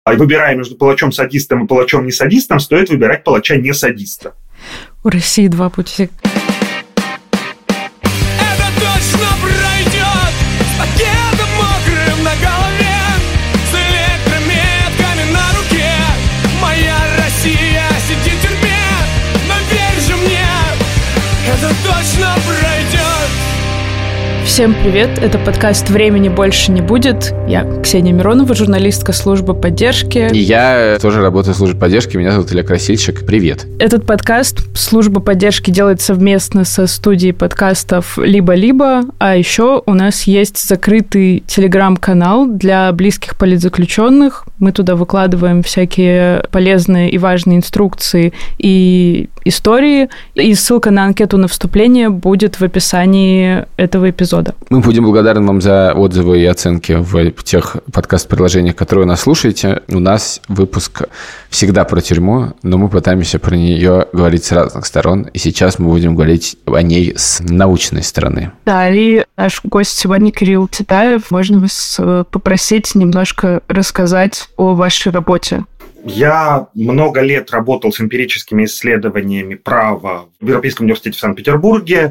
выбирая между палачом-садистом и палачом-не-садистом, стоит выбирать палача-не-садиста. У России два пути. Всем привет, это подкаст «Времени больше не будет». Я Ксения Миронова, журналистка службы поддержки. И я тоже работаю в службе поддержки, меня зовут Илья Красильщик. Привет. Этот подкаст служба поддержки делает совместно со студией подкастов «Либо-либо», а еще у нас есть закрытый телеграм-канал для близких политзаключенных. Мы туда выкладываем всякие полезные и важные инструкции и истории, и ссылка на анкету на вступление будет в описании этого эпизода. Мы будем благодарны вам за отзывы и оценки в тех подкаст-приложениях, которые вы нас слушаете. У нас выпуск всегда про тюрьму, но мы пытаемся про нее говорить с разных сторон, и сейчас мы будем говорить о ней с научной стороны. Да, и наш гость сегодня Кирилл Титаев. Можно вас попросить немножко рассказать о вашей работе? Я много лет работал с эмпирическими исследованиями права в Европейском университете в Санкт-Петербурге.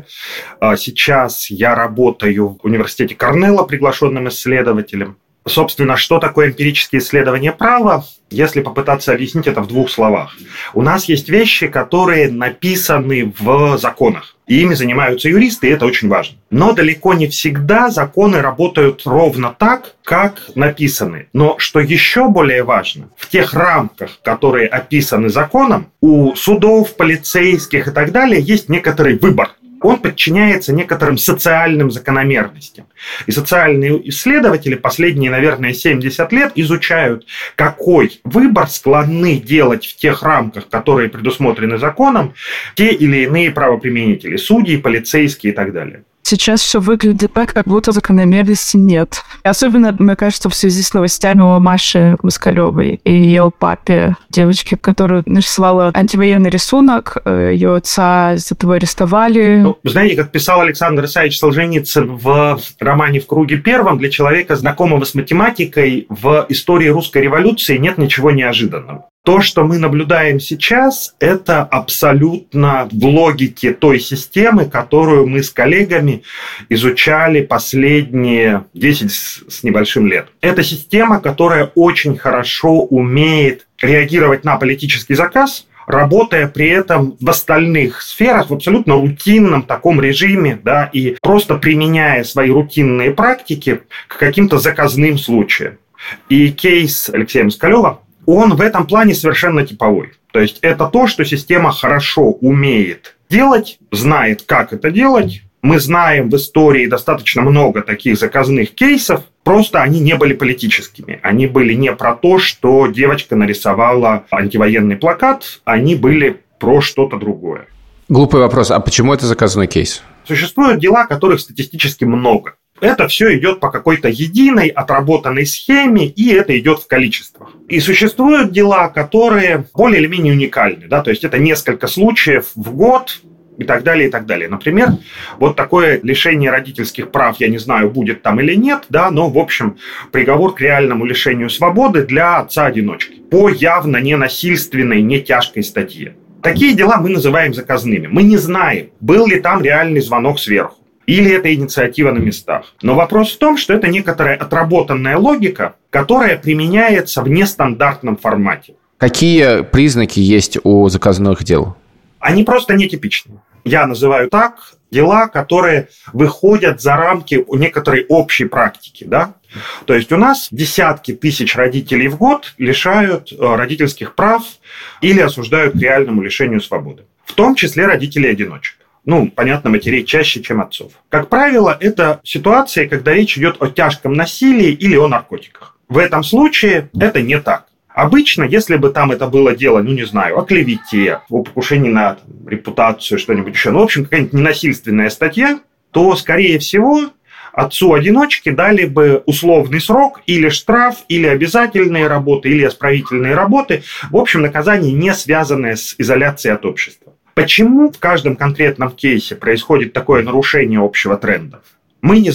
Сейчас я работаю в университете Корнелла приглашенным исследователем. Собственно, что такое эмпирические исследования права? Если попытаться объяснить это в двух словах. У нас есть вещи, которые написаны в законах. И ими занимаются юристы, и это очень важно. Но далеко не всегда законы работают ровно так, как написаны. Но что еще более важно, в тех рамках, которые описаны законом, у судов, полицейских и так далее есть некоторый выбор. Он подчиняется некоторым социальным закономерностям. И социальные исследователи последние, наверное, 70 лет изучают, какой выбор склонны делать в тех рамках, которые предусмотрены законом, те или иные правоприменители, судьи, полицейские и так далее. Сейчас все выглядит так, как будто закономерности нет. Особенно, мне кажется, в связи с новостями о Маше Москалевой и ее папе, девочке, которая нарисовала антивоенный рисунок. Ее отца из-за этого арестовали. Знаете, как писал Александр Исаевич Солженицын в романе «В круге первом», для человека, знакомого с математикой, в истории русской революции нет ничего неожиданного. То, что мы наблюдаем сейчас, это абсолютно в логике той системы, которую мы с коллегами изучали последние 10 с небольшим лет. Это система, которая очень хорошо умеет реагировать на политический заказ, работая при этом в остальных сферах в абсолютно рутинном таком режиме, да, и просто применяя свои рутинные практики к каким-то заказным случаям. И кейс Алексея Москалева, он в этом плане совершенно типовой. То есть это то, что система хорошо умеет делать, знает, как это делать. Мы знаем в истории достаточно много таких заказных кейсов, просто они не были политическими. Они были не про то, что девочка нарисовала антивоенный плакат, они были про что-то другое. Глупый вопрос, а почему это заказной кейс? Существуют дела, которых статистически много. Это все идет по какой-то единой, отработанной схеме, и это идет в количествах. И существуют дела, которые более или менее уникальны. Да? То есть это несколько случаев в год и так далее, и так далее. Например, вот такое лишение родительских прав, я не знаю, будет там или нет, да, но, в общем, приговор к реальному лишению свободы для отца-одиночки по явно ненасильственной, не тяжкой статье. Такие дела мы называем заказными. Мы не знаем, был ли там реальный звонок сверху. Или это инициатива на местах. Но вопрос в том, что это некоторая отработанная логика, которая применяется в нестандартном формате. Какие признаки есть у заказных дел? Они просто нетипичные. Я называю так дела, которые выходят за рамки некоторой общей практики. Да? То есть у нас десятки тысяч родителей в год лишают родительских прав или осуждают к реальному лишению свободы. В том числе родителей-одиночек. Понятно, матерей чаще, чем отцов. Как правило, это ситуация, когда речь идет о тяжком насилии или о наркотиках. В этом случае это не так. Обычно, если бы там это было дело, о клевете, о покушении на репутацию, что-нибудь еще, в общем, какая-нибудь ненасильственная статья, то, скорее всего, отцу-одиночке дали бы условный срок, или штраф, или обязательные работы, или исправительные работы. В общем, наказание, не связанное с изоляцией от общества. Почему в каждом конкретном кейсе происходит такое нарушение общего тренда? Мы не знаем.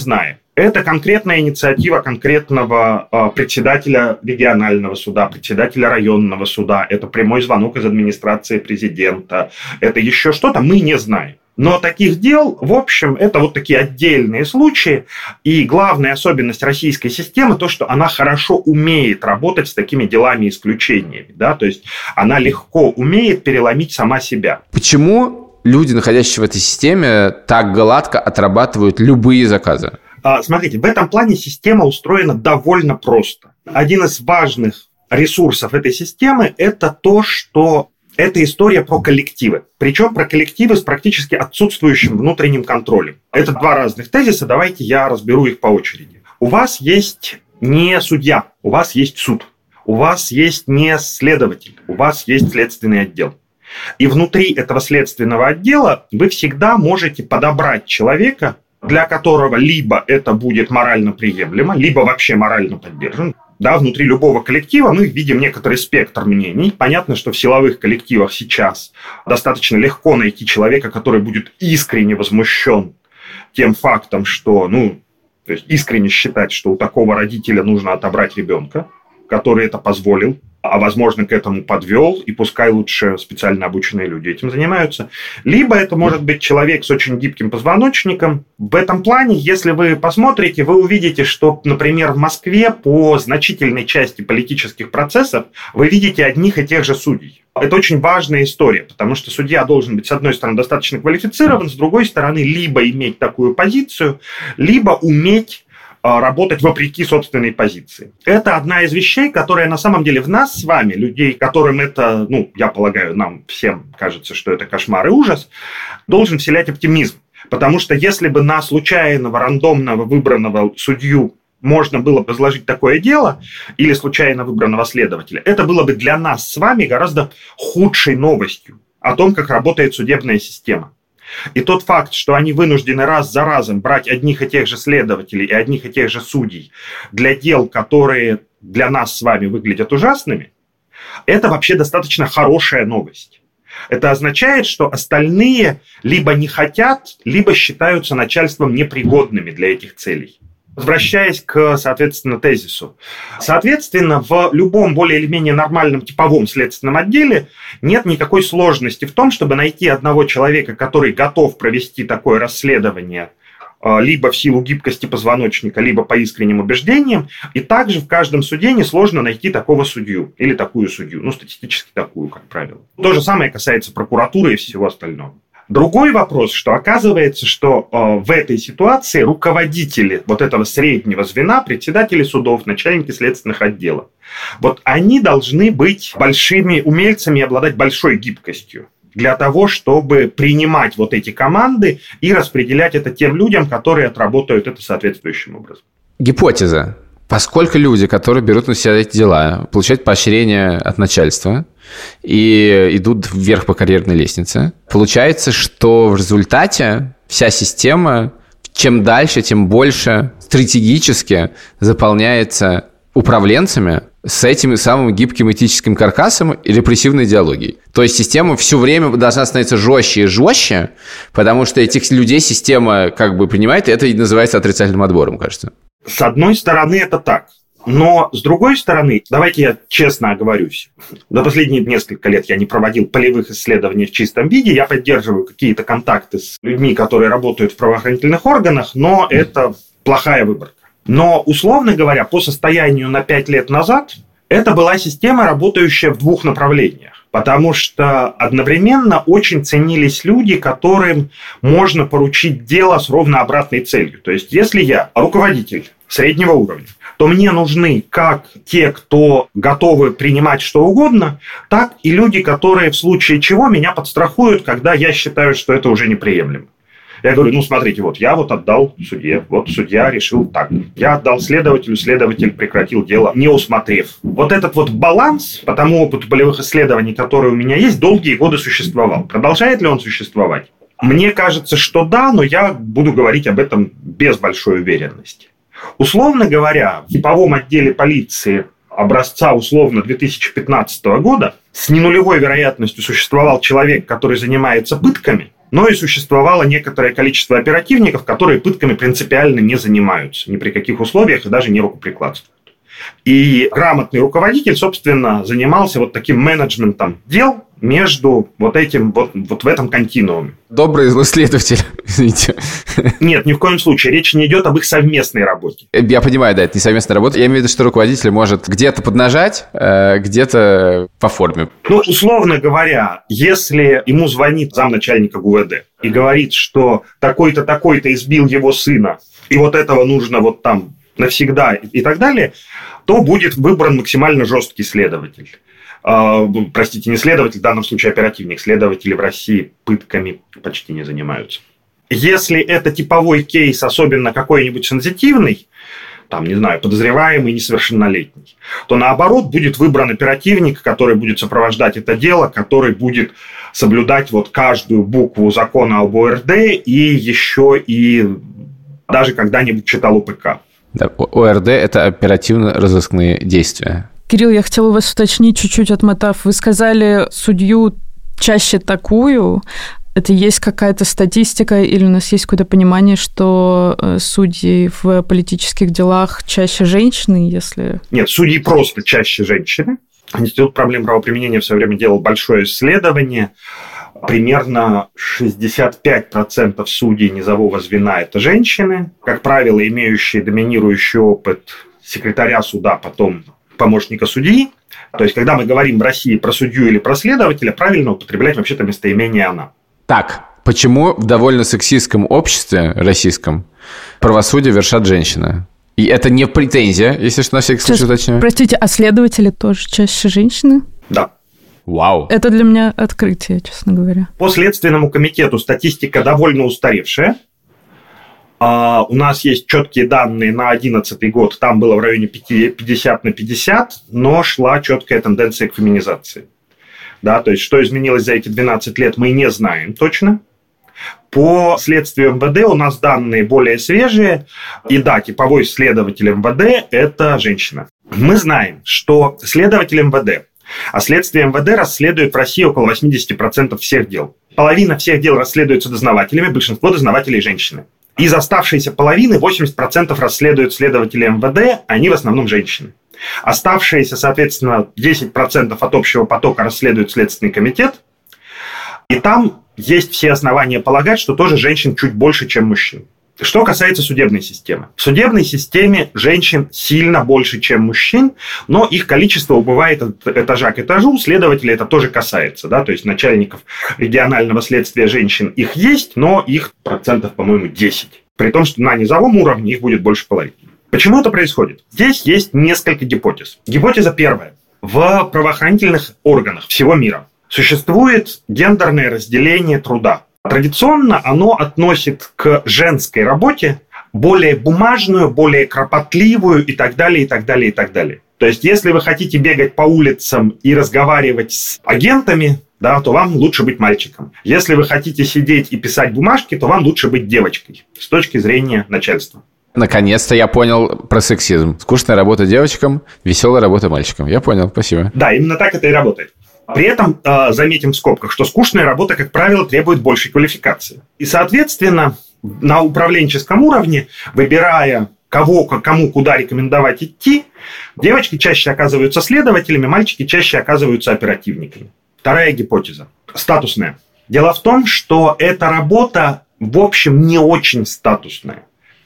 Это конкретная инициатива конкретного председателя регионального суда, председателя районного суда, это прямой звонок из администрации президента, это еще что-то, мы не знаем. Но таких дел, в общем, это вот такие отдельные случаи. И главная особенность российской системы то, что она хорошо умеет работать с такими делами исключениями. Да? То есть она легко умеет переломить сама себя. Почему люди, находящиеся в этой системе, так гладко отрабатывают любые заказы? Смотрите, в этом плане система устроена довольно просто. Один из важных ресурсов этой системы – это то, что это история про коллективы. Причем про коллективы с практически отсутствующим внутренним контролем. Это два разных тезиса, давайте я разберу их по очереди. У вас есть не судья, у вас есть суд. У вас есть не следователь, у вас есть следственный отдел. И внутри этого следственного отдела вы всегда можете подобрать человека, для которого либо это будет морально приемлемо, либо вообще морально поддержан. Да, внутри любого коллектива мы видим некоторый спектр мнений. Понятно, что в силовых коллективах сейчас достаточно легко найти человека, который будет искренне возмущен тем фактом, что, то есть искренне считать, что у такого родителя нужно отобрать ребенка, который это позволил, а, возможно, к этому подвел, и пускай лучше специально обученные люди этим занимаются. Либо это может быть человек с очень гибким позвоночником. В этом плане, если вы посмотрите, вы увидите, что, например, в Москве по значительной части политических процессов вы видите одних и тех же судей. Это очень важная история, потому что судья должен быть, с одной стороны, достаточно квалифицирован, с другой стороны, либо иметь такую позицию, либо уметь работать вопреки собственной позиции. Это одна из вещей, которая на самом деле в нас с вами, людей, которым это, я полагаю, нам всем кажется, что это кошмар и ужас, должен вселять оптимизм. Потому что если бы на случайного, рандомного выбранного судью можно было бы возложить такое дело, или случайно выбранного следователя, это было бы для нас с вами гораздо худшей новостью о том, как работает судебная система. И тот факт, что они вынуждены раз за разом брать одних и тех же следователей и одних и тех же судей для дел, которые для нас с вами выглядят ужасными, это вообще достаточно хорошая новость. Это означает, что остальные либо не хотят, либо считаются начальством непригодными для этих целей. Возвращаясь к, соответственно, тезису. Соответственно, в любом более или менее нормальном типовом следственном отделе нет никакой сложности в том, чтобы найти одного человека, который готов провести такое расследование либо в силу гибкости позвоночника, либо по искренним убеждениям. И также в каждом суде несложно найти такого судью или такую судью. Статистически такую, как правило. То же самое касается прокуратуры и всего остального. Другой вопрос, что оказывается, что в этой ситуации руководители вот этого среднего звена, председатели судов, начальники следственных отделов, вот они должны быть большими умельцами и обладать большой гибкостью для того, чтобы принимать вот эти команды и распределять это тем людям, которые отработают это соответствующим образом. Гипотеза. Поскольку люди, которые берут на себя эти дела, получают поощрение от начальства и идут вверх по карьерной лестнице, получается, что в результате вся система, чем дальше, тем больше стратегически заполняется управленцами с этим самым гибким этическим каркасом и репрессивной идеологией. То есть система все время должна становиться жестче и жестче, потому что этих людей система принимает, и это и называется отрицательным отбором, кажется. С одной стороны, это так. Но с другой стороны, давайте я честно оговорюсь. За последние несколько лет я не проводил полевых исследований в чистом виде. Я поддерживаю какие-то контакты с людьми, которые работают в правоохранительных органах, но это плохая выборка. Но, условно говоря, по состоянию на 5 лет назад, это была система, работающая в двух направлениях. Потому что одновременно очень ценились люди, которым можно поручить дело с ровно обратной целью. То есть, если я руководитель среднего уровня, то мне нужны как те, кто готовы принимать что угодно, так и люди, которые в случае чего меня подстрахуют, когда я считаю, что это уже неприемлемо. Я говорю, смотрите, я отдал судье, судья решил так. Я отдал следователю, следователь прекратил дело, не усмотрев. Вот этот баланс, по тому опыту полевых исследований, который у меня есть, долгие годы существовал. Продолжает ли он существовать? Мне кажется, что да, но я буду говорить об этом без большой уверенности. Условно говоря, в типовом отделе полиции образца условно 2015 года с ненулевой вероятностью существовал человек, который занимается пытками, Но и существовало некоторое количество оперативников, которые пытками принципиально не занимаются ни при каких условиях и даже не рукоприкладствуют. И грамотный руководитель, собственно, занимался вот таким менеджментом дел между вот этим, вот в этом континууме. Добрый злой следователь, извините. Нет, ни в коем случае. Речь не идет об их совместной работе. Я понимаю, да, это не совместная работа. Я имею в виду, что руководитель может где-то поднажать, где-то по форме. Ну, условно говоря, если ему звонит замначальника ГУВД и говорит, что такой-то, такой-то избил его сына, и вот этого нужно вот там навсегда и так далее, то будет выбран максимально жесткий следователь. Простите, не следователь, в данном случае оперативник. Следователи в России пытками почти не занимаются. Если это типовой кейс, особенно какой-нибудь сенситивный, там, не знаю, подозреваемый несовершеннолетний, то наоборот будет выбран оперативник, который будет сопровождать это дело, который будет соблюдать вот каждую букву закона об ОРД и еще и даже когда-нибудь читал УПК. Да, ОРД – это оперативно-розыскные действия. Кирилл, я хотела у вас уточнить, чуть-чуть отмотав. Вы сказали, судью чаще такую. Это есть какая-то статистика или у нас есть какое-то понимание, что судьи в политических делах чаще женщины, если... Нет, судьи просто чаще женщины. Институт проблем правоприменения в свое время делал большое исследование. Примерно 65% судей низового звена – это женщины, как правило, имеющие доминирующий опыт секретаря суда, потом помощника судьи. То есть, когда мы говорим в России про судью или про следователя, правильно употреблять вообще-то местоимение «она». Так, почему в довольно сексистском обществе российском правосудие вершат женщины? И это не претензия, если что, на всякий случай уточню. Простите, а следователи тоже чаще женщины? Да. Вау. Это для меня открытие, честно говоря. По Следственному комитету статистика довольно устаревшая. У нас есть четкие данные на 2011 год. Там было в районе 50/50, но шла четкая тенденция к феминизации. Да, то есть, что изменилось за эти 12 лет, мы не знаем точно. По следствию МВД у нас данные более свежие. И да, типовой следователь МВД – это женщина. Мы знаем, что следователь МВД, а следствие МВД расследует в России около 80% всех дел. Половина всех дел расследуется дознавателями, большинство дознавателей – женщины. Из оставшейся половины 80% расследуют следователи МВД, они в основном женщины. Оставшиеся, соответственно, 10% от общего потока расследует Следственный комитет. И там есть все основания полагать, что тоже женщин чуть больше, чем мужчин. Что касается судебной системы. В судебной системе женщин сильно больше, чем мужчин, но их количество убывает от этажа к этажу, следователей это тоже касается. Да? То есть начальников регионального следствия женщин их есть, но их процентов, по-моему, 10. При том, что на низовом уровне их будет больше половины. Почему это происходит? Здесь есть несколько гипотез. Гипотеза первая. В правоохранительных органах всего мира существует гендерное разделение труда. Традиционно оно относит к женской работе более бумажную, более кропотливую и так далее, и так далее, и так далее. То есть, если вы хотите бегать по улицам и разговаривать с агентами, да, то вам лучше быть мальчиком. Если вы хотите сидеть и писать бумажки, то вам лучше быть девочкой с точки зрения начальства. Наконец-то я понял про сексизм. Скучная работа девочкам, веселая работа мальчикам. Я понял, спасибо. Да, именно так это и работает. При этом заметим в скобках, что скучная работа, как правило, требует большей квалификации. И, соответственно, на управленческом уровне, выбирая кому куда рекомендовать идти, девочки чаще оказываются следователями, мальчики чаще оказываются оперативниками. Вторая гипотеза. Статусная. Дело в том, что эта работа, в общем, не очень статусная.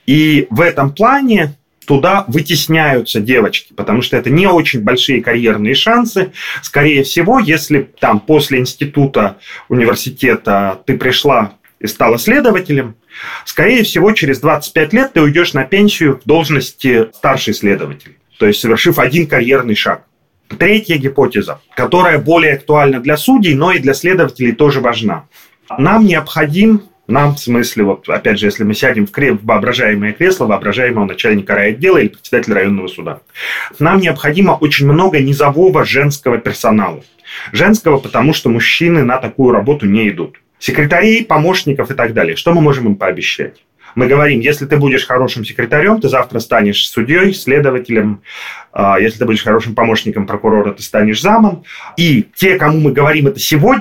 И в этом плане туда вытесняются девочки, потому что это не очень большие карьерные шансы. Скорее всего, если там после института, университета ты пришла и стала следователем, скорее всего, через 25 лет ты уйдешь на пенсию в должности старший следователь, то есть совершив один карьерный шаг. Третья гипотеза, которая более актуальна для судей, но и для следователей тоже важна. Нам необходим... Нам, в смысле, вот опять же, если мы сядем в воображаемое кресло воображаемого начальника райотдела или председателя районного суда, нам необходимо очень много низового женского персонала. Женского, потому что мужчины на такую работу не идут. Секретарей, помощников и так далее. Что мы можем им пообещать? Мы говорим, если ты будешь хорошим секретарем, ты завтра станешь судьей, следователем. Если ты будешь хорошим помощником прокурора, ты станешь замом. И те, кому мы говорим это сегодня,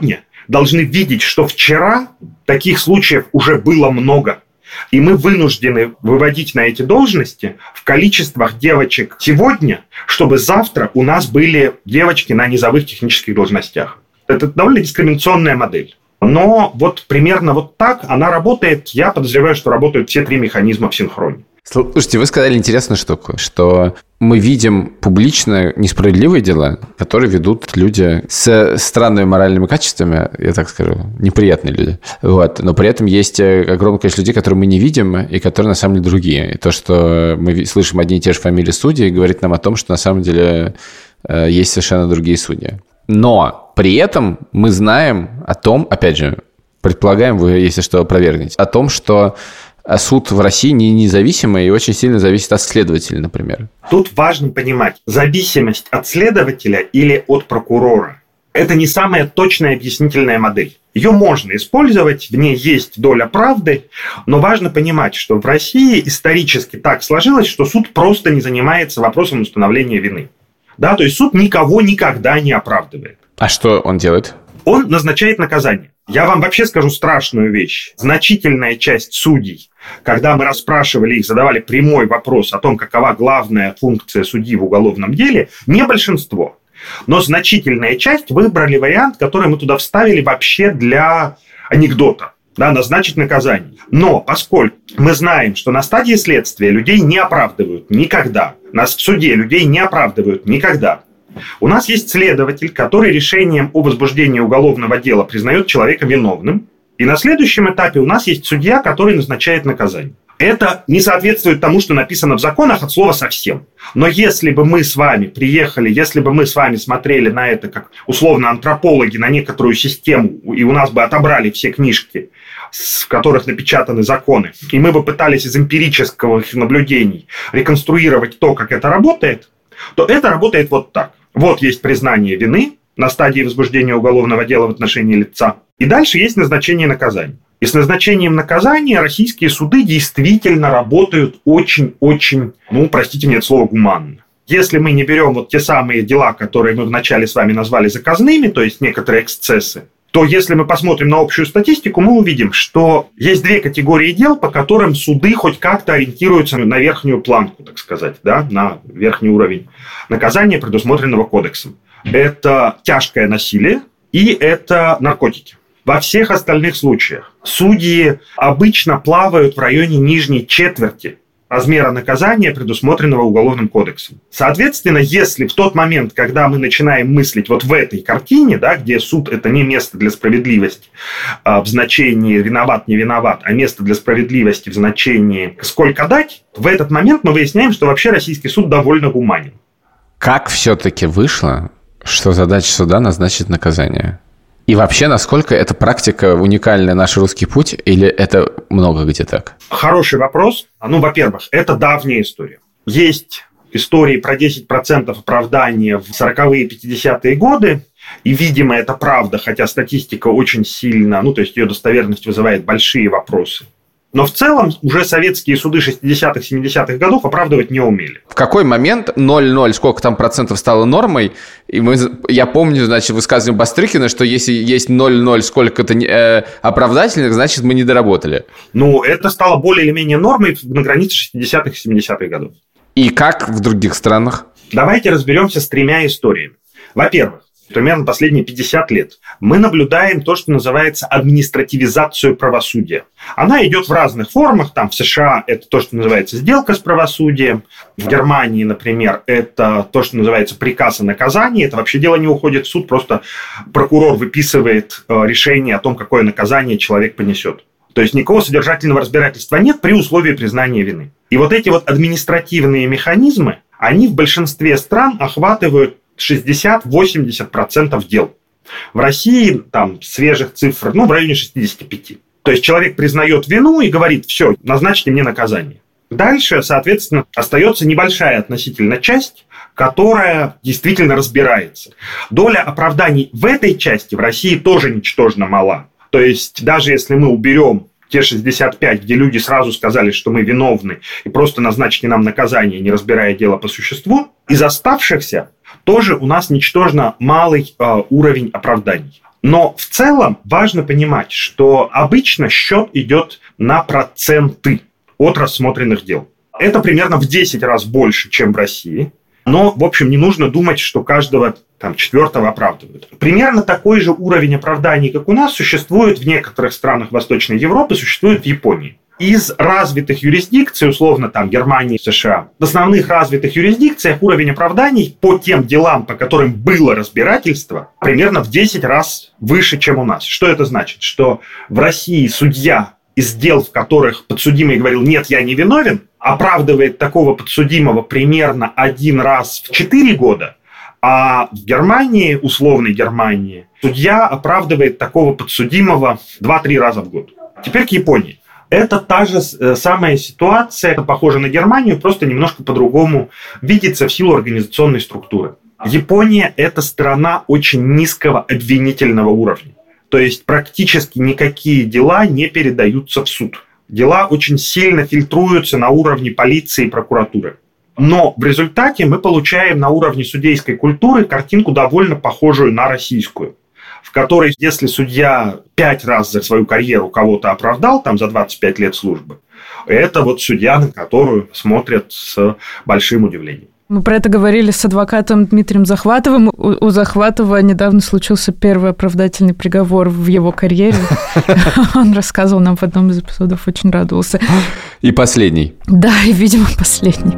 должны видеть, что вчера таких случаев уже было много. И мы вынуждены выводить на эти должности в количествах девочек сегодня, чтобы завтра у нас были девочки на низовых технических должностях. Это довольно дискриминационная модель. Но вот примерно вот так она работает. Я подозреваю, что работают все три механизма в синхроне. Слушайте, вы сказали интересную штуку, что мы видим публично несправедливые дела, которые ведут люди с странными моральными качествами, я так скажу, неприятные люди. Вот. Но при этом есть огромное количество людей, которые мы не видим, и которые на самом деле другие. И то, что мы слышим одни и те же фамилии судей, говорит нам о том, что на самом деле есть совершенно другие судьи. Но при этом мы знаем о том, опять же, предполагаем, вы, если что, опровергнете, о том, что суд в России не независимый и очень сильно зависит от следователя, например. Тут важно понимать, зависимость от следователя или от прокурора – это не самая точная объяснительная модель. Ее можно использовать, в ней есть доля правды, но важно понимать, что в России исторически так сложилось, что суд просто не занимается вопросом установления вины. Да, то есть суд никого никогда не оправдывает. А что он делает? Он назначает наказание. Я вам вообще скажу страшную вещь. Значительная часть судей, когда мы расспрашивали их, задавали прямой вопрос о том, какова главная функция судьи в уголовном деле, не большинство, но значительная часть выбрали вариант, который мы туда вставили вообще для анекдота. Да, назначить наказание. Но поскольку мы знаем, что на стадии следствия людей не оправдывают никогда, нас в суде людей не оправдывают никогда, у нас есть следователь, который решением о возбуждении уголовного дела признает человека виновным, и на следующем этапе у нас есть судья, который назначает наказание. Это не соответствует тому, что написано в законах от слова совсем. Но если бы мы с вами приехали, если бы мы с вами смотрели на это как условно антропологи, на некоторую систему, и у нас бы отобрали все книжки, в которых напечатаны законы, и мы бы пытались из эмпирических наблюдений реконструировать то, как это работает, то это работает вот так. Вот есть признание вины на стадии возбуждения уголовного дела в отношении лица, и дальше есть назначение наказания. И с назначением наказания российские суды действительно работают очень-очень, простите мне это слово, гуманно. Если мы не берем вот те самые дела, которые мы вначале с вами назвали заказными, то есть некоторые эксцессы, то если мы посмотрим на общую статистику, мы увидим, что есть две категории дел, по которым суды хоть как-то ориентируются на верхнюю планку, так сказать, да, на верхний уровень наказания, предусмотренного кодексом. Это тяжкое насилие и это наркотики. Во всех остальных случаях судьи обычно плавают в районе нижней четверти размера наказания, предусмотренного Уголовным кодексом. Соответственно, если в тот момент, когда мы начинаем мыслить вот в этой картине, да, где суд – это не место для справедливости в значении виноват, не виноват, а место для справедливости в значении сколько дать, в этот момент мы выясняем, что вообще российский суд довольно гуманен. Как все-таки вышло, что задача суда назначить наказание? И вообще, насколько эта практика уникальная, наш русский путь, или это много где так? Хороший вопрос. Во-первых, это давняя история. Есть истории про 10% оправдания в 40-е и 50-е годы, и, видимо, это правда, хотя статистика очень сильно, то есть ее достоверность вызывает большие вопросы. Но в целом уже советские суды 60-х, 70-х годов оправдывать не умели. В какой момент 0,0, сколько там процентов стало нормой? И я помню, высказывание Бастрыкина, что если есть 0,0 сколько-то оправдательных, значит, мы не доработали. Это стало более или менее нормой на границе 60-х и 70-х годов. И как в других странах? Давайте разберемся с тремя историями. Во-первых, примерно последние 50 лет мы наблюдаем то, что называется административизацию правосудия. Она идет в разных формах. Там в США это то, что называется сделка с правосудием. В Германии, например, это то, что называется приказ о наказании. Это вообще дело не уходит в суд, просто прокурор выписывает решение о том, какое наказание человек понесет. То есть никакого содержательного разбирательства нет при условии признания вины. И вот эти вот административные механизмы, они в большинстве стран охватывают 60-80% дел. В России там свежих цифр, в районе 65%. То есть человек признает вину и говорит: все, назначьте мне наказание. Дальше, соответственно, остается небольшая относительно часть, которая действительно разбирается. Доля оправданий в этой части в России тоже ничтожно мала. То есть даже если мы уберем те 65, где люди сразу сказали, что мы виновны, и просто назначьте нам наказание, не разбирая дело по существу, из оставшихся тоже у нас ничтожно малый уровень оправданий. Но в целом важно понимать, что обычно счет идет на проценты от рассмотренных дел. Это примерно в 10 раз больше, чем в России. Но, в общем, не нужно думать, что каждого четвертого оправдывают. Примерно такой же уровень оправданий, как у нас, существует в некоторых странах Восточной Европы, существует в Японии. Из развитых юрисдикций, условно, Германии, США, в основных развитых юрисдикциях уровень оправданий по тем делам, по которым было разбирательство, примерно в 10 раз выше, чем у нас. Что это значит? Что в России судья из дел, в которых подсудимый говорил «нет, я не виновен», оправдывает такого подсудимого примерно 1 раз в 4 года, а в Германии, условной Германии, судья оправдывает такого подсудимого 2-3 раза в год. Теперь к Японии. Это та же самая ситуация, похожа на Германию, просто немножко по-другому видится в силу организационной структуры. Япония – это страна очень низкого обвинительного уровня. То есть практически никакие дела не передаются в суд. Дела очень сильно фильтруются на уровне полиции и прокуратуры. Но в результате мы получаем на уровне судейской культуры картинку довольно похожую на российскую, в которой, если судья 5 раз за свою карьеру кого-то оправдал, за 25 лет службы, это судья, на которую смотрят с большим удивлением. Мы про это говорили с адвокатом Дмитрием Захватовым. У Захватова недавно случился первый оправдательный приговор в его карьере. Он рассказывал нам в одном из эпизодов, очень радовался. И последний. Да, и, видимо, последний.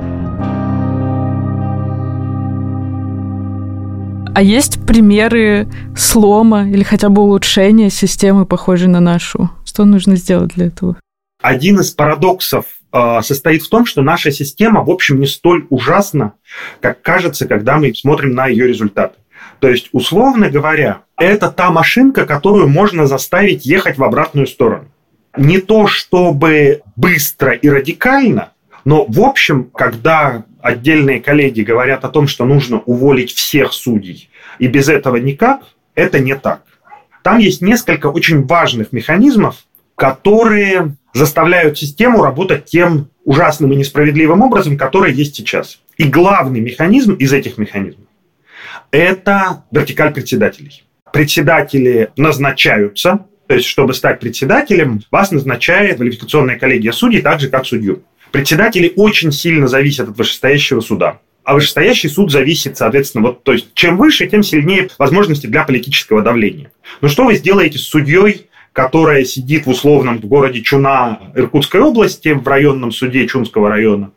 А есть примеры слома или хотя бы улучшения системы, похожей на нашу? Что нужно сделать для этого? Один из парадоксов состоит в том, что наша система, в общем, не столь ужасна, как кажется, когда мы смотрим на ее результаты. То есть, условно говоря, это та машинка, которую можно заставить ехать в обратную сторону. Не то чтобы быстро и радикально, но, в общем, когда отдельные коллеги говорят о том, что нужно уволить всех судей, и без этого никак, это не так. Там есть несколько очень важных механизмов, которые заставляют систему работать тем ужасным и несправедливым образом, который есть сейчас. И главный механизм из этих механизмов – это вертикаль председателей. Председатели назначаются, то есть, чтобы стать председателем, вас назначает квалификационная коллегия судей, так же, как судью. Председатели очень сильно зависят от вышестоящего суда. А вышестоящий суд зависит, соответственно, то есть, чем выше, тем сильнее возможности для политического давления. Но что вы сделаете с судьей, которая сидит в условном городе Чуна Иркутской области, в районном суде Чунского района,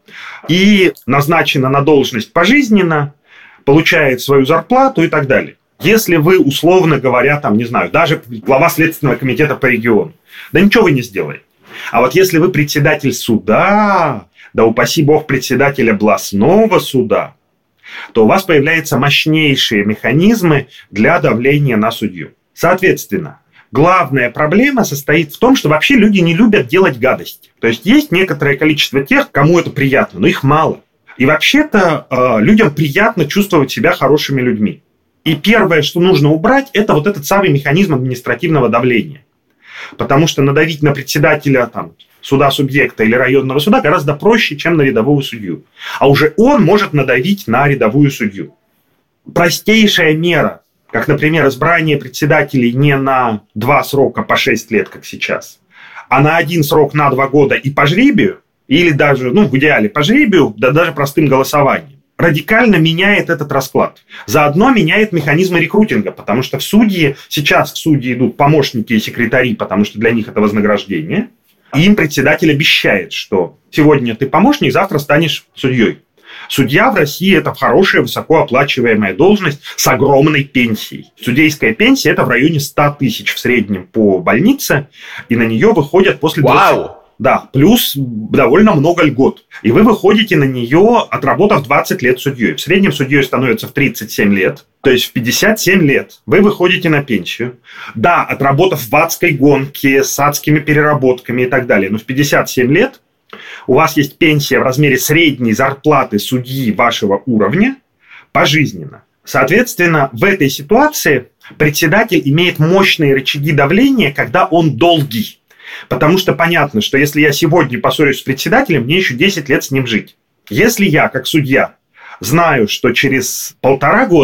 и назначена на должность пожизненно, получает свою зарплату и так далее. Если вы, условно говоря, даже глава Следственного комитета по региону, да ничего вы не сделаете. А вот если вы председатель суда, да упаси бог председатель областного суда, то у вас появляются мощнейшие механизмы для давления на судью. Соответственно, главная проблема состоит в том, что вообще люди не любят делать гадости. То есть есть некоторое количество тех, кому это приятно, но их мало. И вообще-то людям приятно чувствовать себя хорошими людьми. И первое, что нужно убрать, это этот самый механизм административного давления. Потому что надавить на председателя суда субъекта или районного суда гораздо проще, чем на рядового судью. А уже он может надавить на рядовую судью. Простейшая мера, как, например, избрание председателей не на 2 срока по 6 лет, как сейчас, а на 1 срок на 2 года и по жребию, или даже, в идеале по жребию, да даже простым голосованием, радикально меняет этот расклад. Заодно меняет механизмы рекрутинга, потому что сейчас в судьи идут помощники и секретари, потому что для них это вознаграждение. И им председатель обещает, что сегодня ты помощник, завтра станешь судьей. Судья в России – это хорошая, высокооплачиваемая должность с огромной пенсией. Судейская пенсия – это в районе 100 тысяч в среднем по больнице, и на нее выходят после 20... Да, плюс довольно много льгот. И вы выходите на нее, отработав 20 лет судьей. В среднем судьей становится в 37 лет. То есть в 57 лет вы выходите на пенсию. Да, отработав в адской гонке с адскими переработками и так далее. Но в 57 лет у вас есть пенсия в размере средней зарплаты судьи вашего уровня пожизненно. Соответственно, в этой ситуации председатель имеет мощные рычаги давления, когда он долгий. Потому что понятно, что если я сегодня поссорюсь с председателем, мне еще 10 лет с ним жить. Если я, как судья, знаю, что через 1,5 года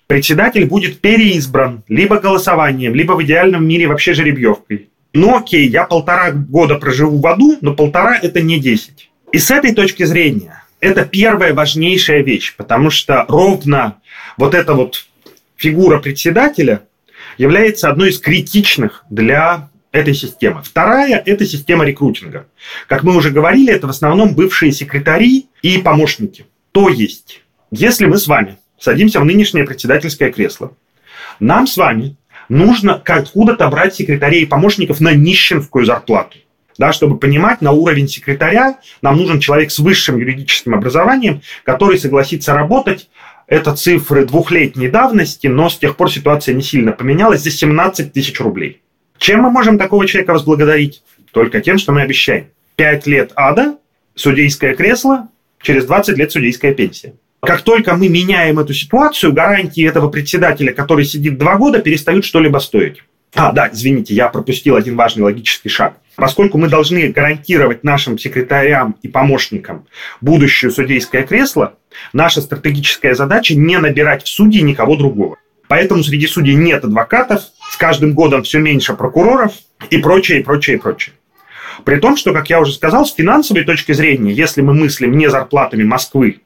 председатель будет переизбран либо голосованием, либо в идеальном мире вообще жеребьевкой. Ну окей, я 1,5 года проживу в аду, но 1,5 – это не 10. И с этой точки зрения это первая важнейшая вещь, потому что ровно вот эта вот фигура председателя является одной из критичных для этой системы. Вторая – это система рекрутинга. Как мы уже говорили, это в основном бывшие секретари и помощники. То есть, если мы с вами садимся в нынешнее председательское кресло, нам с вами нужно откуда-то брать секретарей и помощников на нищенскую зарплату. Да, чтобы понимать, на уровень секретаря нам нужен человек с высшим юридическим образованием, который согласится работать. Это цифры 2-летней давности, но с тех пор ситуация не сильно поменялась, за 17 тысяч рублей. Чем мы можем такого человека возблагодарить? Только тем, что мы обещаем. 5 лет ада, судейское кресло, через 20 лет судейская пенсия. Как только мы меняем эту ситуацию, гарантии этого председателя, который сидит 2 года, перестают что-либо стоить. Извините, я пропустил один важный логический шаг. Поскольку мы должны гарантировать нашим секретарям и помощникам будущее судейское кресло, наша стратегическая задача не набирать в судьи никого другого. Поэтому среди судей нет адвокатов, с каждым годом все меньше прокуроров и прочее, и прочее, и прочее. При том, что, как я уже сказал, с финансовой точки зрения, если мы мыслим не зарплатами Москвы,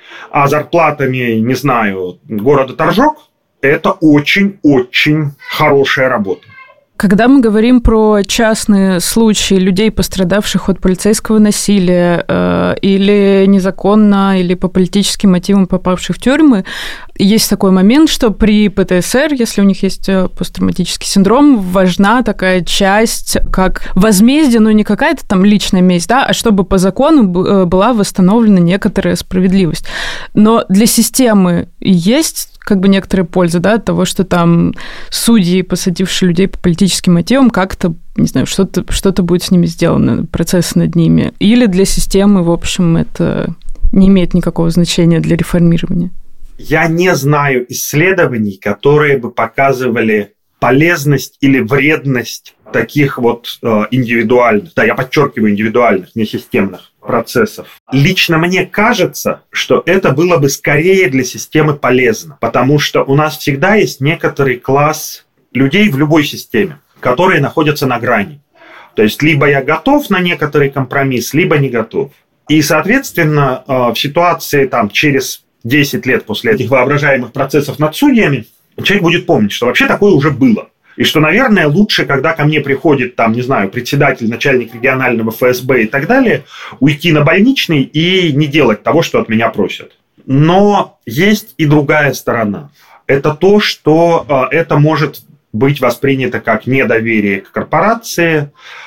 а зарплатами, не знаю, города Торжок, это очень-очень хорошая работа. Когда мы говорим про частные случаи людей, пострадавших от полицейского насилия или незаконно, или по политическим мотивам попавших в тюрьмы, есть такой момент, что при ПТСР, если у них есть посттравматический синдром, важна такая часть, как возмездие, но не какая-то там личная месть, да, а чтобы по закону была восстановлена некоторая справедливость. Но для системы есть как бы некоторая польза, да, от того, что там судьи, посадившие людей по политическим мотивам, как-то, не знаю, что-то будет с ними сделано, процесс над ними. Или для системы, в общем, это не имеет никакого значения для реформирования? Я не знаю исследований, которые бы показывали полезность или вредность таких вот индивидуальных, я подчеркиваю, индивидуальных, не системных процессов. Лично мне кажется, что это было бы скорее для системы полезно, потому что у нас всегда есть некоторый класс людей в любой системе, которые находятся на грани. То есть либо я готов на некоторый компромисс, либо не готов. И, соответственно, в ситуации через 10 лет после этих воображаемых процессов над судьями человек будет помнить, что вообще такое уже было. И что, наверное, лучше, когда ко мне приходит, председатель, начальник регионального ФСБ и так далее, уйти на больничный и не делать того, что от меня просят. Но есть и другая сторона. Это то, что это может быть воспринято как недоверие к корпорации,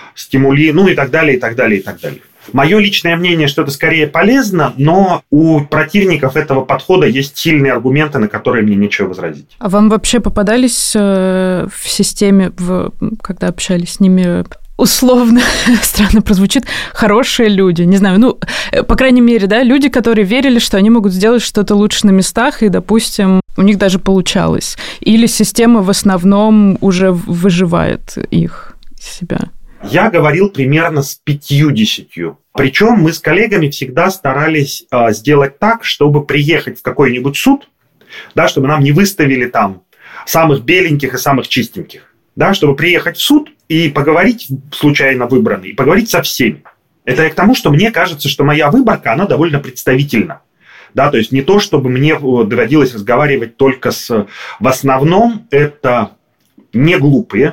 и так далее, и так далее, и так далее. Мое личное мнение, что это скорее полезно, но у противников этого подхода есть сильные аргументы, на которые мне нечего возразить. А вам вообще попадались в системе, когда общались с ними, условно, странно прозвучит, хорошие люди? Не знаю, по крайней мере, да, люди, которые верили, что они могут сделать что-то лучше на местах, и, допустим, у них даже получалось. Или система в основном уже выживает их из себя? Я говорил примерно с 50. Причем мы с коллегами всегда старались сделать так, чтобы приехать в какой-нибудь суд, чтобы нам не выставили там самых беленьких и самых чистеньких. Чтобы приехать в суд и поговорить, случайно выбранный, и поговорить со всеми. Это я к тому, что мне кажется, что моя выборка, она довольно представительна. То есть не то, чтобы мне доводилось разговаривать только в основном это не глупые,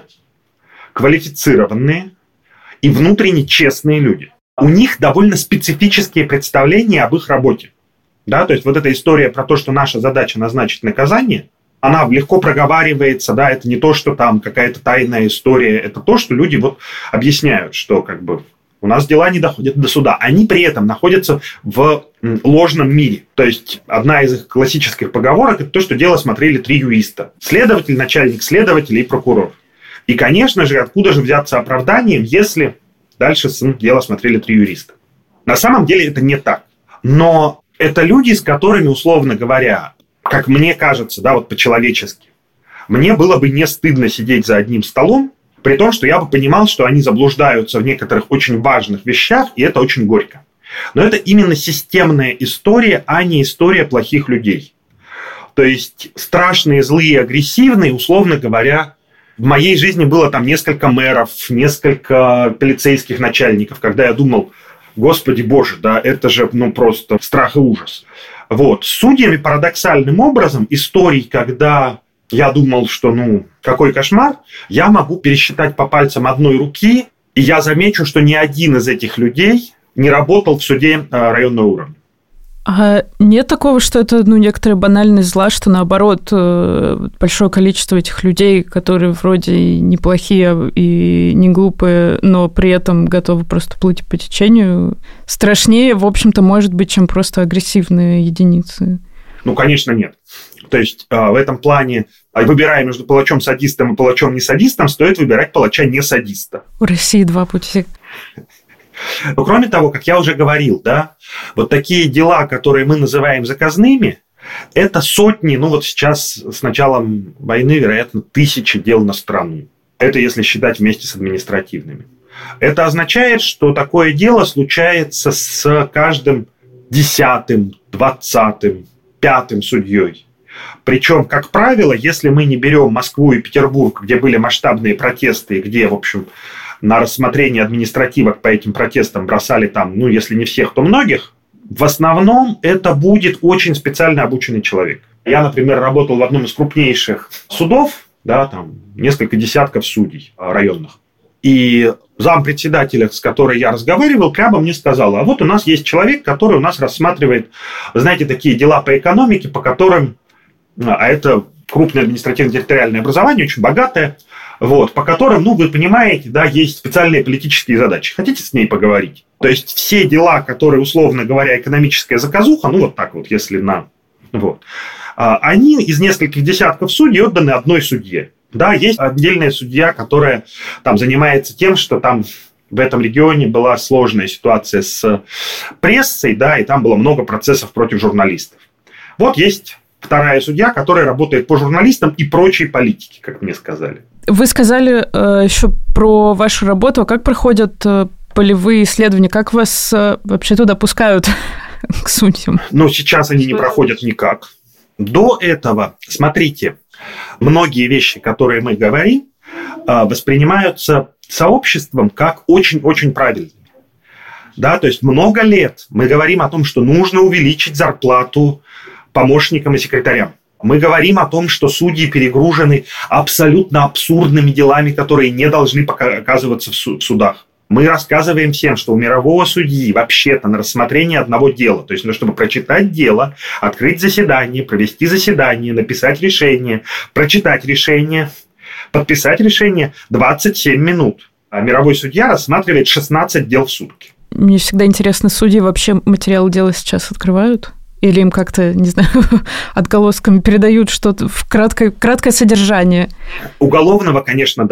квалифицированные и внутренне честные люди. У них довольно специфические представления об их работе. То есть вот эта история про то, что наша задача назначить наказание, она легко проговаривается, это не то, что там какая-то тайная история, это то, что люди объясняют, что у нас дела не доходят до суда. Они при этом находятся в ложном мире. То есть одна из их классических поговорок – это то, что дело смотрели 3 юриста. Следователь, начальник следователя и прокурор. И, конечно же, откуда же взяться оправданием, если дальше дело смотрели 3 юриста? На самом деле это не так. Но это люди, с которыми, условно говоря, как мне кажется, по-человечески, мне было бы не стыдно сидеть за одним столом, при том, что я бы понимал, что они заблуждаются в некоторых очень важных вещах, и это очень горько. Но это именно системная история, а не история плохих людей. То есть страшные, злые, агрессивные, условно говоря, в моей жизни было там несколько мэров, несколько полицейских начальников, когда я думал, Господи Боже, да, это же просто страх и ужас. Вот. С судьями парадоксальным образом историй, когда я думал, что какой кошмар, я могу пересчитать по пальцам одной руки, и я замечу, что ни один из этих людей не работал в суде районного уровня. А нет такого, что это некоторая банальность зла, что наоборот большое количество этих людей, которые вроде неплохие и не глупые, но при этом готовы просто плыть по течению, страшнее, в общем-то, может быть, чем просто агрессивные единицы? Конечно, нет. То есть в этом плане, выбирая между палачом-садистом и палачом-не-садистом, стоит выбирать палача-не-садиста. У России два пути. Но кроме того, как я уже говорил, да, вот такие дела, которые мы называем заказными, это сотни, сейчас с началом войны, вероятно, тысячи дел на страну. Это если считать вместе с административными. Это означает, что такое дело случается с каждым 10-м, 20-м, 5-м судьей. Причем, как правило, если мы не берем Москву и Петербург, где были масштабные протесты, где, в общем, на рассмотрение административок по этим протестам бросали там, если не всех, то многих, в основном это будет очень специально обученный человек. Я, например, работал в одном из крупнейших судов, да, там несколько десятков судей районных. И зампредседателя, с которой я разговаривал, прямо мне сказала, а вот у нас есть человек, который у нас рассматривает, знаете, такие дела по экономике, по которым, а это крупное административно-территориальное образование, очень богатое, по которым, вы понимаете, да, есть специальные политические задачи. Хотите с ней поговорить? То есть все дела, которые, условно говоря, экономическая заказуха, если они из нескольких десятков судей отданы одной судье. Да, есть отдельная судья, которая там занимается тем, что там в этом регионе была сложная ситуация с прессой, да, и там было много процессов против журналистов. Вот есть вторая судья, которая работает по журналистам и прочей политике, как мне сказали. Вы сказали еще про вашу работу. А как проходят полевые исследования? Как вас вообще туда пускают к судьям? Сейчас они не проходят никак. До этого, смотрите, многие вещи, которые мы говорим, воспринимаются сообществом как очень-очень правильные. Да, то есть много лет мы говорим о том, что нужно увеличить зарплату помощникам и секретарям. Мы говорим о том, что судьи перегружены абсолютно абсурдными делами, которые не должны оказываться в судах. Мы рассказываем всем, что у мирового судьи вообще-то на рассмотрение одного дела, то есть, чтобы прочитать дело, открыть заседание, провести заседание, написать решение, прочитать решение, подписать решение, 27 минут. А мировой судья рассматривает 16 дел в сутки. Мне всегда интересно, судьи вообще материал дела сейчас открывают? Или им как-то, не знаю, отголосками передают что-то в краткое содержание? Уголовного, конечно,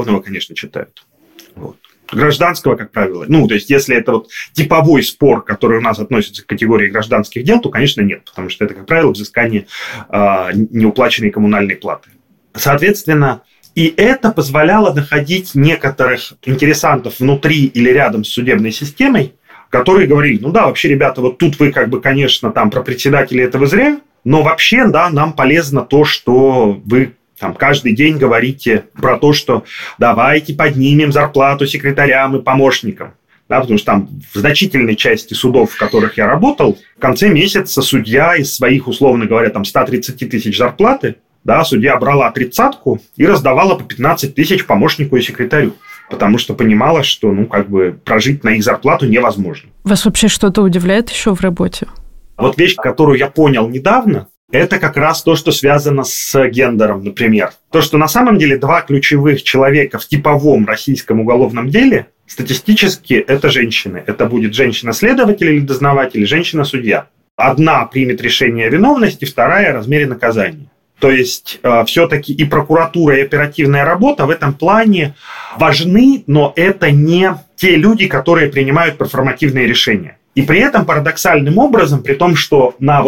читают. Гражданского, как правило. То есть, если это типовой спор, который у нас относится к категории гражданских дел, то, конечно, нет. Потому что это, как правило, взыскание неуплаченной коммунальной платы. Соответственно, и это позволяло находить некоторых интересантов внутри или рядом с судебной системой, которые говорили, вообще, ребята, тут вы, конечно, там про председателя этого зря, но вообще, да, нам полезно то, что вы там каждый день говорите про то, что давайте поднимем зарплату секретарям и помощникам. Да, потому что там в значительной части судов, в которых я работал, в конце месяца судья из своих, условно говоря, 130 тысяч зарплаты, да, судья брала 30-ку и раздавала по 15 тысяч помощнику и секретарю. Потому что понимала, что, прожить на их зарплату невозможно. Вас вообще что-то удивляет еще в работе? Вещь, которую я понял недавно, это как раз то, что связано с гендером, например. То, что на самом деле два ключевых человека в типовом российском уголовном деле статистически это женщины. Это будет женщина-следователь или дознаватель, женщина-судья. Одна примет решение о виновности, вторая о размере наказания. То есть, все-таки и прокуратура, и оперативная работа в этом плане важны, но это не те люди, которые принимают перформативные решения. И при этом парадоксальным образом, при том, что на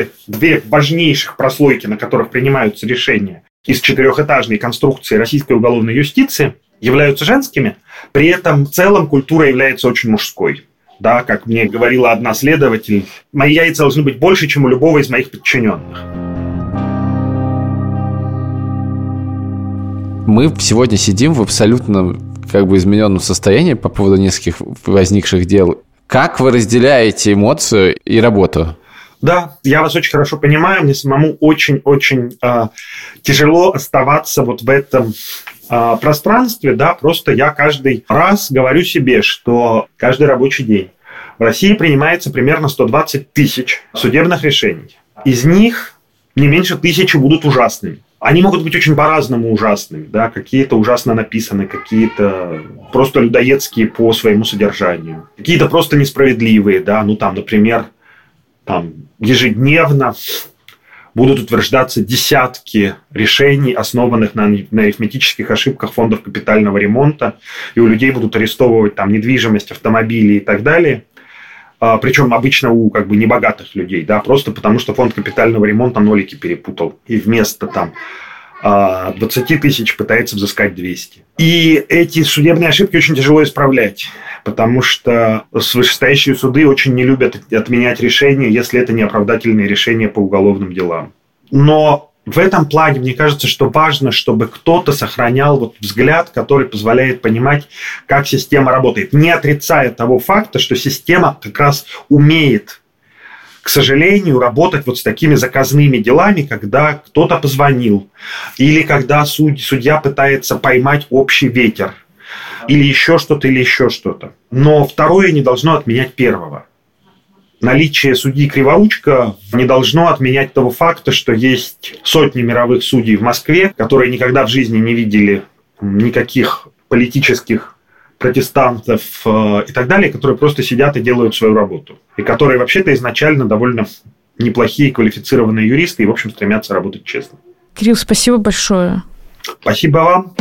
две важнейших прослойки, на которых принимаются решения из четырехэтажной конструкции российской уголовной юстиции, являются женскими, при этом в целом культура является очень мужской. Да, как мне говорила одна следователь, мои яйца должны быть больше, чем у любого из моих подчиненных. Мы сегодня сидим в абсолютно измененном состоянии по поводу нескольких возникших дел. Как вы разделяете эмоцию и работу? Да, я вас очень хорошо понимаю. Мне самому очень-очень тяжело оставаться вот в этом пространстве. Да? Просто я каждый раз говорю себе, что каждый рабочий день в России принимается примерно 120 тысяч судебных решений. Из них не меньше 1000 будут ужасными. Они могут быть очень по-разному ужасными. Да? Какие-то ужасно написаны, какие-то просто людоедские по своему содержанию. Какие-то просто несправедливые. Да? Например, ежедневно будут утверждаться десятки решений, основанных на арифметических ошибках фондов капитального ремонта, и у людей будут арестовывать недвижимость, автомобили и так далее. Причем обычно у небогатых людей, да, просто потому что фонд капитального ремонта нолики перепутал, и вместо 20 тысяч пытается взыскать 200. И эти судебные ошибки очень тяжело исправлять, потому что вышестоящие суды очень не любят отменять решения, если это не оправдательные решения по уголовным делам. Но в этом плане, мне кажется, что важно, чтобы кто-то сохранял взгляд, который позволяет понимать, как система работает, не отрицая того факта, что система как раз умеет, к сожалению, работать с такими заказными делами, когда кто-то позвонил, или когда судья пытается поймать общий ветер, или еще что-то. Но второе не должно отменять первого. Наличие судьи Криворучка не должно отменять того факта, что есть сотни мировых судей в Москве, которые никогда в жизни не видели никаких политических протестантов и так далее, которые просто сидят и делают свою работу. И которые вообще-то изначально довольно неплохие квалифицированные юристы и, в общем, стремятся работать честно. Кирилл, спасибо большое. Спасибо вам.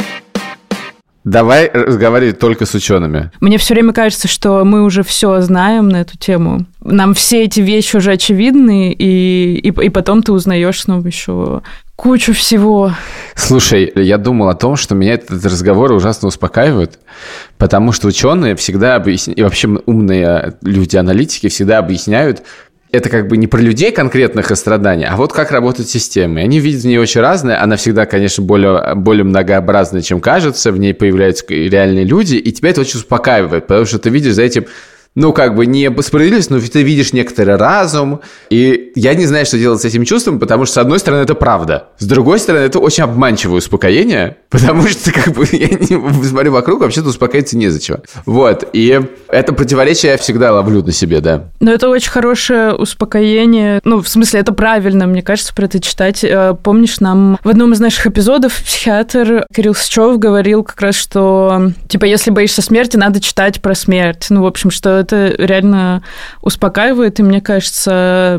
Давай разговаривать только с учеными. Мне все время кажется, что мы уже все знаем на эту тему. Нам все эти вещи уже очевидны, и потом ты узнаешь снова еще кучу всего. Слушай, я думал о том, что меня этот разговор ужасно успокаивает, потому что ученые всегда объясняют, и вообще умные люди-аналитики всегда объясняют, это не про людей конкретных и страданий, а вот как работает система. И они видят в ней очень разное. Она всегда, конечно, более многообразная, чем кажется. В ней появляются реальные люди, и тебя это очень успокаивает, потому что ты видишь за этим, не справедливость, но ты видишь некоторый разум. И я не знаю, что делать с этим чувством, потому что, с одной стороны, это правда. С другой стороны, это очень обманчивое успокоение, потому что, я не смотрю вокруг, вообще-то успокоиться незачем. Вот. И это противоречие я всегда ловлю на себе, да. Но это очень хорошее успокоение. В смысле, это правильно, мне кажется, про это читать. Помнишь, нам в одном из наших эпизодов психиатр Кирилл Сычев говорил как раз, что, если боишься смерти, надо читать про смерть. В общем, что это реально успокаивает, и мне кажется,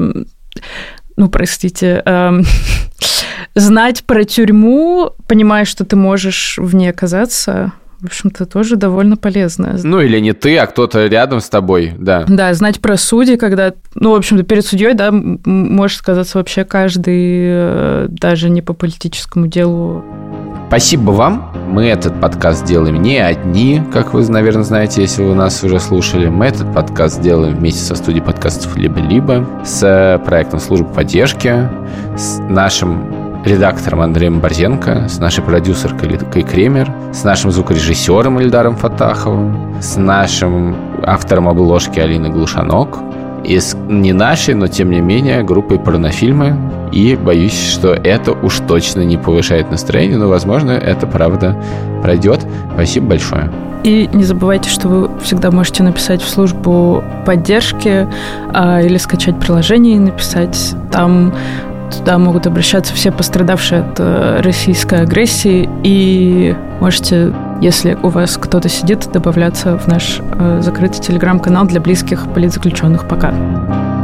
знать про тюрьму, понимая, что ты можешь в ней оказаться, в общем-то, тоже довольно полезно. Или не ты, а кто-то рядом с тобой, да. Да, знать про судей, когда, в общем-то, перед судьей, да, может сказаться вообще каждый, даже не по политическому делу. Спасибо вам. Мы этот подкаст делаем не одни, как вы, наверное, знаете, если вы нас уже слушали. Мы этот подкаст делаем вместе со студией подкастов «Либо-либо», с проектом службы поддержки, с нашим редактором Андреем Борзенко, с нашей продюсеркой Лидкой Кремер, с нашим звукорежиссером Ильдаром Фатаховым, с нашим автором обложки Алиной Глушанок, и с не нашей, но тем не менее группой «Порнофильмы». И боюсь, что это уж точно не повышает настроение, но, возможно, это правда пройдет. Спасибо большое. И не забывайте, что вы всегда можете написать в службу поддержки или скачать приложение и написать там. Туда могут обращаться все пострадавшие от российской агрессии, и можете, если у вас кто-то сидит, добавляться в наш закрытый телеграм-канал для близких политзаключенных. Пока.